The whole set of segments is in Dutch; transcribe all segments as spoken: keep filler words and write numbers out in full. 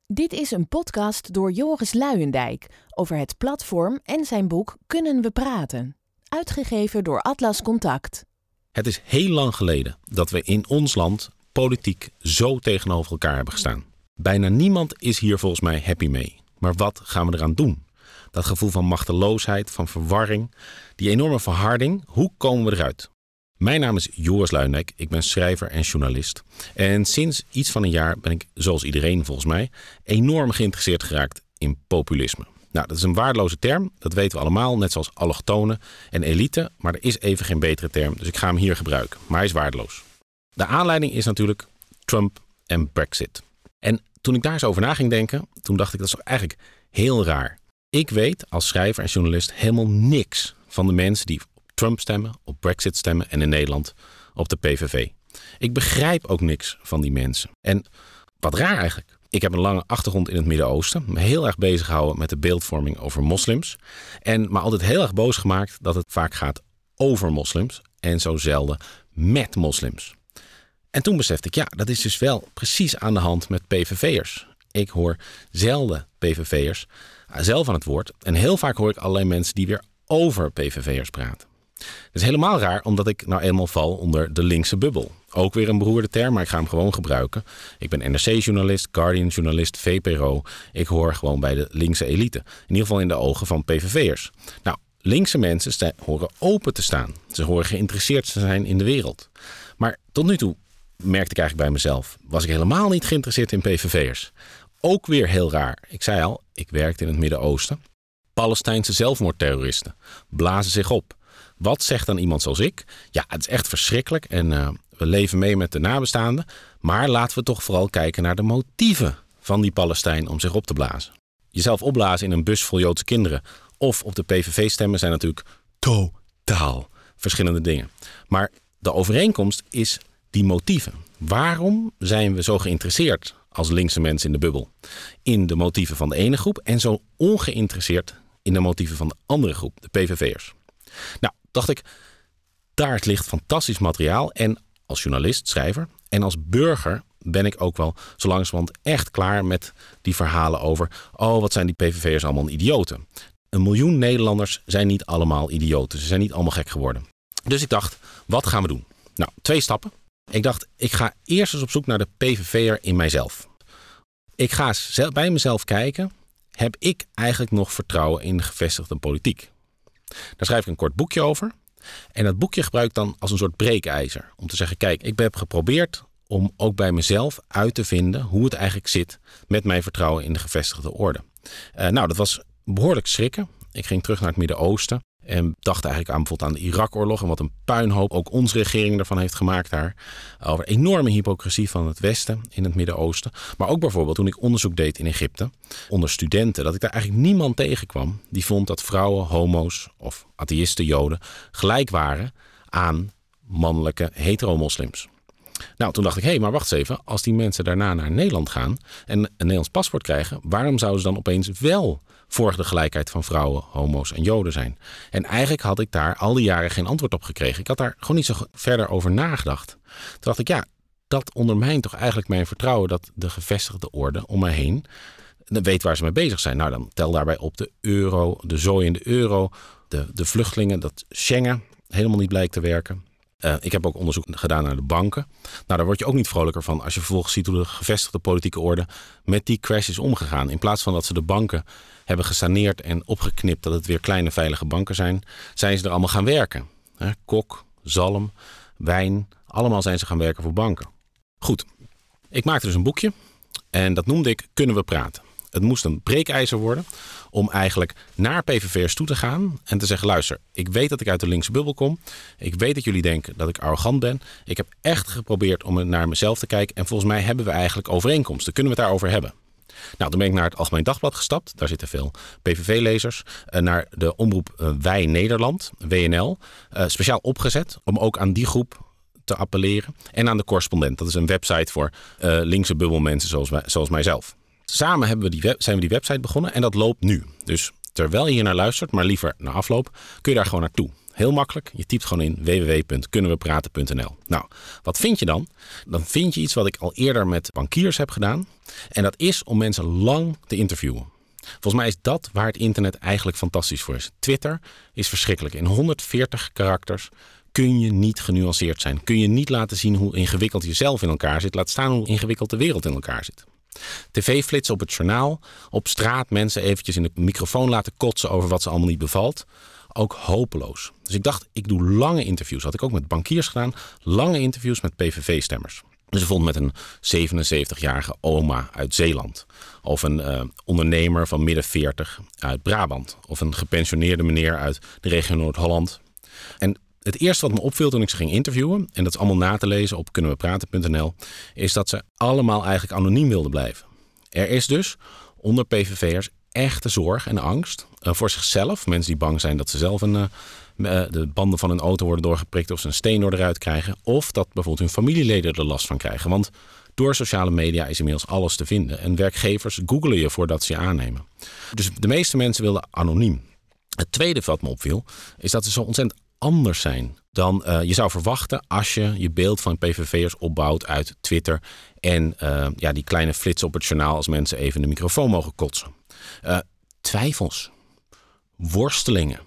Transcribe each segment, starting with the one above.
Dit is een podcast door Joris Luijendijk over het platform en zijn boek Kunnen we praten? Uitgegeven door Atlas Contact. Het is heel lang geleden dat we in ons land politiek zo tegenover elkaar hebben gestaan. Bijna niemand is hier volgens mij happy mee. Maar wat gaan we eraan doen? Dat gevoel van machteloosheid, van verwarring, die enorme verharding, hoe komen we eruit? Mijn naam is Joris Luijendijk, ik ben schrijver en journalist. En sinds iets van een jaar ben ik, zoals iedereen volgens mij, enorm geïnteresseerd geraakt in populisme. Nou, dat is een waardeloze term, dat weten we allemaal, net zoals allochtonen en elite. Maar er is even geen betere term, dus ik ga hem hier gebruiken. Maar hij is waardeloos. De aanleiding is natuurlijk Trump en Brexit. En toen ik daar eens over na ging denken, toen dacht ik dat is eigenlijk heel raar. Ik weet als schrijver en journalist helemaal niks van de mensen die op Trump stemmen, op Brexit stemmen en in Nederland op de P V V. Ik begrijp ook niks van die mensen. En wat raar eigenlijk. Ik heb een lange achtergrond in het Midden-Oosten, me heel erg bezig gehouden met de beeldvorming over moslims. En me altijd heel erg boos gemaakt dat het vaak gaat over moslims en zo zelden met moslims. En toen besefte ik, ja, dat is dus wel precies aan de hand met P V V'ers. Ik hoor zelden P V V'ers zelf aan het woord. En heel vaak hoor ik allerlei mensen die weer over P V V'ers praten. Dat is helemaal raar, omdat ik nou eenmaal val onder de linkse bubbel. Ook weer een beroerde term, maar ik ga hem gewoon gebruiken. Ik ben N R C-journalist, Guardian-journalist, V P R O. Ik hoor gewoon bij de linkse elite. In ieder geval in de ogen van P V V'ers. Nou, linkse mensen sta- horen open te staan. Ze horen geïnteresseerd te zijn in de wereld. Maar tot nu toe merkte ik eigenlijk bij mezelf, was ik helemaal niet geïnteresseerd in P V V'ers. Ook weer heel raar. Ik zei al, ik werkte in het Midden-Oosten. Palestijnse zelfmoordterroristen blazen zich op. Wat zegt dan iemand zoals ik? Ja, het is echt verschrikkelijk en uh, we leven mee met de nabestaanden. Maar laten we toch vooral kijken naar de motieven van die Palestijn om zich op te blazen. Jezelf opblazen in een bus vol Joodse kinderen of op de P V V stemmen zijn natuurlijk totaal verschillende dingen. Maar de overeenkomst is die motieven. Waarom zijn we zo geïnteresseerd als linkse mensen in de bubbel in de motieven van de ene groep en zo ongeïnteresseerd in de motieven van de andere groep, de P V V'ers? Nou, dacht ik, daar ligt fantastisch materiaal en als journalist, schrijver en als burger ben ik ook wel zo langzamerhand echt klaar met die verhalen over, oh, wat zijn die P V V'ers allemaal idioten. Een miljoen Nederlanders zijn niet allemaal idioten, ze zijn niet allemaal gek geworden. Dus ik dacht, wat gaan we doen? Nou, twee stappen. Ik dacht, ik ga eerst eens op zoek naar de P V V'er in mijzelf. Ik ga eens bij mezelf kijken, heb ik eigenlijk nog vertrouwen in de gevestigde politiek? Daar schrijf ik een kort boekje over. En dat boekje gebruik ik dan als een soort breekijzer. Om te zeggen, kijk, ik heb geprobeerd om ook bij mezelf uit te vinden hoe het eigenlijk zit met mijn vertrouwen in de gevestigde orde. Uh, nou, dat was behoorlijk schrikken. Ik ging terug naar het Midden-Oosten. En dacht eigenlijk aan bijvoorbeeld aan de Irak-oorlog en wat een puinhoop ook onze regering ervan heeft gemaakt daar. Over enorme hypocrisie van het Westen in het Midden-Oosten. Maar ook bijvoorbeeld toen ik onderzoek deed in Egypte onder studenten. Dat ik daar eigenlijk niemand tegenkwam die vond dat vrouwen, homo's of atheïsten, joden gelijk waren aan mannelijke hetero-moslims. Nou, toen dacht ik, hé, hey, maar wacht eens even. Als die mensen daarna naar Nederland gaan en een Nederlands paspoort krijgen, waarom zouden ze dan opeens wel voor de gelijkheid van vrouwen, homo's en joden zijn? En eigenlijk had ik daar al die jaren geen antwoord op gekregen. Ik had daar gewoon niet zo verder over nagedacht. Toen dacht ik, ja, dat ondermijnt toch eigenlijk mijn vertrouwen dat de gevestigde orde om me heen weet waar ze mee bezig zijn. Nou, dan tel daarbij op de euro, de zooi in de euro, de, de vluchtelingen, dat Schengen helemaal niet blijkt te werken. Uh, ik heb ook onderzoek gedaan naar de banken. Nou, daar word je ook niet vrolijker van als je vervolgens ziet hoe de gevestigde politieke orde met die crash is omgegaan. In plaats van dat ze de banken hebben gesaneerd en opgeknipt dat het weer kleine veilige banken zijn, zijn ze er allemaal gaan werken. He, kok, zalm, wijn, allemaal zijn ze gaan werken voor banken. Goed, ik maakte dus een boekje en dat noemde ik Kunnen we praten? Het moest een breekijzer worden om eigenlijk naar P V V'ers toe te gaan en te zeggen, luister, ik weet dat ik uit de linkse bubbel kom. Ik weet dat jullie denken dat ik arrogant ben. Ik heb echt geprobeerd om naar mezelf te kijken en volgens mij hebben we eigenlijk overeenkomsten. Kunnen we het daarover hebben? Nou, toen ben ik naar het Algemeen Dagblad gestapt. Daar zitten veel P V V-lezers. Naar de omroep Wij Nederland, W N L. Speciaal opgezet om ook aan die groep te appelleren. En aan de Correspondent. Dat is een website voor uh, linkse bubbelmensen zoals, wij, zoals mijzelf. Samen hebben we die web, zijn we die website begonnen en dat loopt nu. Dus terwijl je hier naar luistert, maar liever na afloop, kun je daar gewoon naartoe. Heel makkelijk. Je typt gewoon in w w w punt kunnen we praten punt n l. Nou, wat vind je dan? Dan vind je iets wat ik al eerder met bankiers heb gedaan. En dat is om mensen lang te interviewen. Volgens mij is dat waar het internet eigenlijk fantastisch voor is. Twitter is verschrikkelijk. In honderdveertig karakters kun je niet genuanceerd zijn. Kun je niet laten zien hoe ingewikkeld je zelf in elkaar zit. Laat staan hoe ingewikkeld de wereld in elkaar zit. tv-flitsen op het journaal. Op straat mensen eventjes in de microfoon laten kotsen over wat ze allemaal niet bevalt. Ook hopeloos. Dus ik dacht, ik doe lange interviews. Dat had ik ook met bankiers gedaan. Lange interviews met P V V-stemmers. Dus bijvoorbeeld met een zevenenzeventigjarige oma uit Zeeland. Of een uh, ondernemer van midden veertig uit Brabant. Of een gepensioneerde meneer uit de regio Noord-Holland. En het eerste wat me opviel toen ik ze ging interviewen, en dat is allemaal na te lezen op kunnen we praten punt n l, is dat ze allemaal eigenlijk anoniem wilden blijven. Er is dus onder P V V'ers echte zorg en angst uh, voor zichzelf. Mensen die bang zijn dat ze zelf een, uh, de banden van een auto worden doorgeprikt of ze een steen door eruit krijgen. Of dat bijvoorbeeld hun familieleden er last van krijgen. Want door sociale media is inmiddels alles te vinden. En werkgevers googelen je voordat ze je aannemen. Dus de meeste mensen wilden anoniem. Het tweede wat me opviel is dat ze zo ontzettend anders zijn dan uh, je zou verwachten als je je beeld van P V V'ers opbouwt uit Twitter en uh, ja, die kleine flitsen op het journaal als mensen even in de microfoon mogen kotsen. Uh, twijfels, worstelingen,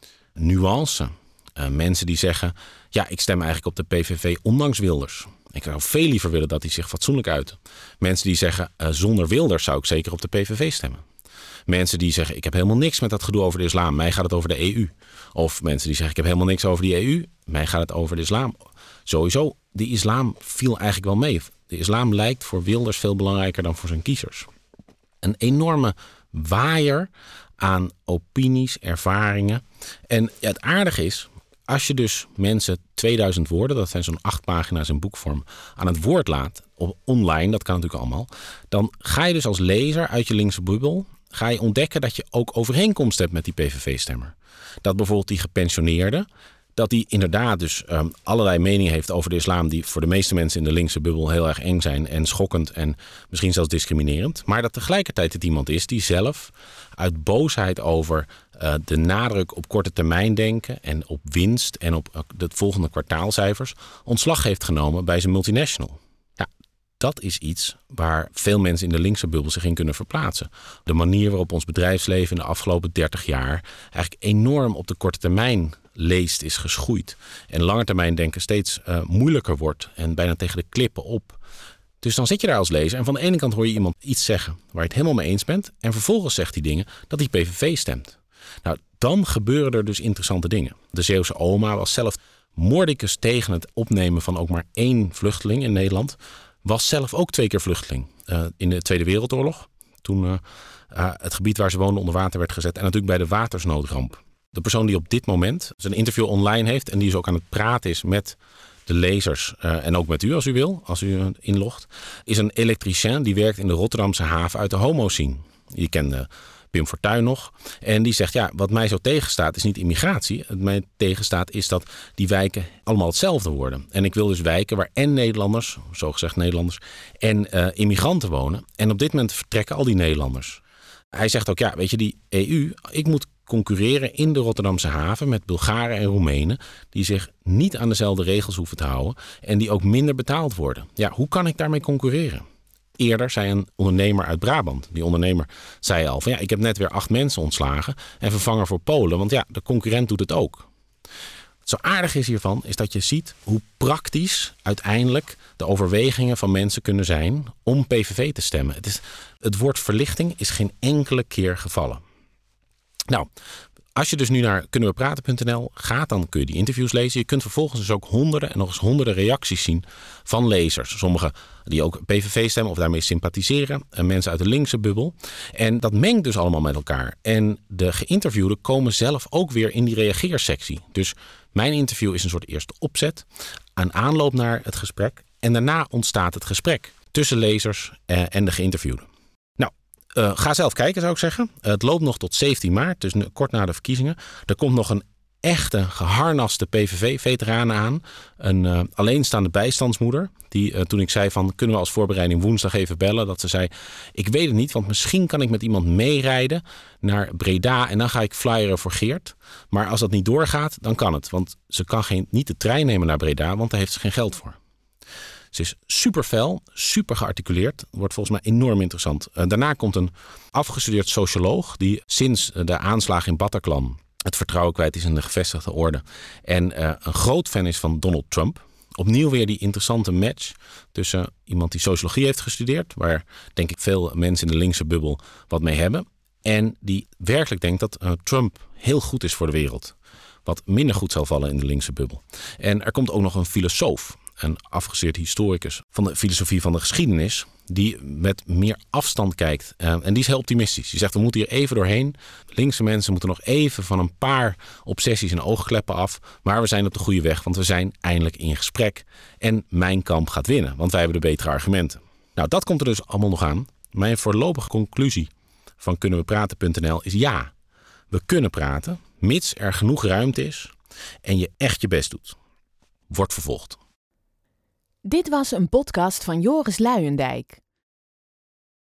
nuance. Uh, mensen die zeggen, ja, ik stem eigenlijk op de P V V ondanks Wilders. Ik zou veel liever willen dat hij zich fatsoenlijk uit. Mensen die zeggen, uh, zonder Wilders zou ik zeker op de P V V stemmen. Mensen die zeggen, ik heb helemaal niks met dat gedoe over de islam. Mij gaat het over de E U. Of mensen die zeggen, ik heb helemaal niks over die E U. Mij gaat het over de islam. Sowieso, de islam viel eigenlijk wel mee. De islam lijkt voor Wilders veel belangrijker dan voor zijn kiezers. Een enorme waaier aan opinies, ervaringen. En ja, het aardige is, als je dus mensen tweeduizend woorden, dat zijn zo'n acht pagina's in boekvorm, aan het woord laat, op, online, dat kan natuurlijk allemaal, dan ga je dus als lezer uit je linkse bubbel, ga je ontdekken dat je ook overeenkomst hebt met die P V V-stemmer. Dat bijvoorbeeld die gepensioneerde, dat die inderdaad dus um, allerlei meningen heeft over de islam die voor de meeste mensen in de linkse bubbel heel erg eng zijn en schokkend en misschien zelfs discriminerend. Maar dat tegelijkertijd het iemand is die zelf uit boosheid over uh, de nadruk op korte termijn denken en op winst en op uh, de volgende kwartaalcijfers ontslag heeft genomen bij zijn multinational. Ja, dat is iets waar veel mensen in de linkse bubbel zich in kunnen verplaatsen. De manier waarop ons bedrijfsleven in de afgelopen dertig jaar eigenlijk enorm op de korte termijn leest is geschoeid. En langetermijn denken steeds uh, moeilijker wordt en bijna tegen de klippen op. Dus dan zit je daar als lezer en van de ene kant hoor je iemand iets zeggen waar je het helemaal mee eens bent. En vervolgens zegt hij dingen dat hij P V V stemt. Nou, dan gebeuren er dus interessante dingen. De Zeeuwse oma was zelf mordicus tegen het opnemen van ook maar één vluchteling in Nederland. Was zelf ook twee keer vluchteling uh, in de Tweede Wereldoorlog. Toen uh, uh, het gebied waar ze woonde onder water werd gezet. En natuurlijk bij de watersnoodramp. De persoon die op dit moment zijn interview online heeft en die dus ook aan het praten is met de lezers uh, en ook met u als u wil, als u uh, inlogt, is een elektricien die werkt in de Rotterdamse haven uit de homo-scene. Je kent uh, Pim Fortuyn nog. En die zegt, ja, wat mij zo tegenstaat is niet immigratie. Wat mij tegenstaat is dat die wijken allemaal hetzelfde worden. En ik wil dus wijken waar en Nederlanders, zogezegd Nederlanders, en uh, immigranten wonen. En op dit moment vertrekken al die Nederlanders. Hij zegt ook, ja, weet je, die E U, ik moet concurreren in de Rotterdamse haven met Bulgaren en Roemenen die zich niet aan dezelfde regels hoeven te houden en die ook minder betaald worden. Ja, hoe kan ik daarmee concurreren? Eerder zei een ondernemer uit Brabant. Die ondernemer zei al van ja, ik heb net weer acht mensen ontslagen en vervangen voor Polen, want ja, de concurrent doet het ook. Wat zo aardig is hiervan is dat je ziet hoe praktisch uiteindelijk de overwegingen van mensen kunnen zijn om P V V te stemmen. Het, is, het woord verlichting is geen enkele keer gevallen. Nou, als je dus nu naar kunnen we praten punt n l gaat, dan kun je die interviews lezen. Je kunt vervolgens dus ook honderden en nog eens honderden reacties zien van lezers. Sommigen die ook P V V stemmen of daarmee sympathiseren. En mensen uit de linkse bubbel. En dat mengt dus allemaal met elkaar. En de geïnterviewden komen zelf ook weer in die reageersectie. Dus mijn interview is een soort eerste opzet. Een aanloop naar het gesprek. En daarna ontstaat het gesprek tussen lezers en de geïnterviewden. Uh, ga zelf kijken, zou ik zeggen. Uh, het loopt nog tot zeventien maart, dus kort na de verkiezingen. Er komt nog een echte geharnaste P V V-veteranen aan. Een uh, alleenstaande bijstandsmoeder. Die uh, toen ik zei van kunnen we als voorbereiding woensdag even bellen. Dat ze zei ik weet het niet. Want misschien kan ik met iemand meerijden naar Breda. En dan ga ik flyeren voor Geert. Maar als dat niet doorgaat dan kan het. Want ze kan geen, niet de trein nemen naar Breda. Want daar heeft ze geen geld voor. Ze is super fel, super gearticuleerd. Wordt volgens mij enorm interessant. Uh, daarna komt een afgestudeerd socioloog die sinds de aanslagen in Bataclan het vertrouwen kwijt is in de gevestigde orde. En uh, een groot fan is van Donald Trump. Opnieuw weer die interessante match tussen iemand die sociologie heeft gestudeerd, waar denk ik veel mensen in de linkse bubbel wat mee hebben. En die werkelijk denkt dat uh, Trump heel goed is voor de wereld. Wat minder goed zal vallen in de linkse bubbel. En er komt ook nog een filosoof. Een afgestudeerd historicus van de filosofie van de geschiedenis, die met meer afstand kijkt. Uh, en die is heel optimistisch. Die zegt, we moeten hier even doorheen. Linkse mensen moeten nog even van een paar obsessies en oogkleppen af. Maar we zijn op de goede weg, want we zijn eindelijk in gesprek. En mijn kamp gaat winnen, want wij hebben de betere argumenten. Nou, dat komt er dus allemaal nog aan. Mijn voorlopige conclusie van kunnen we praten punt n l is ja. We kunnen praten, mits er genoeg ruimte is en je echt je best doet. Wordt vervolgd. Dit was een podcast van Joris Luijendijk.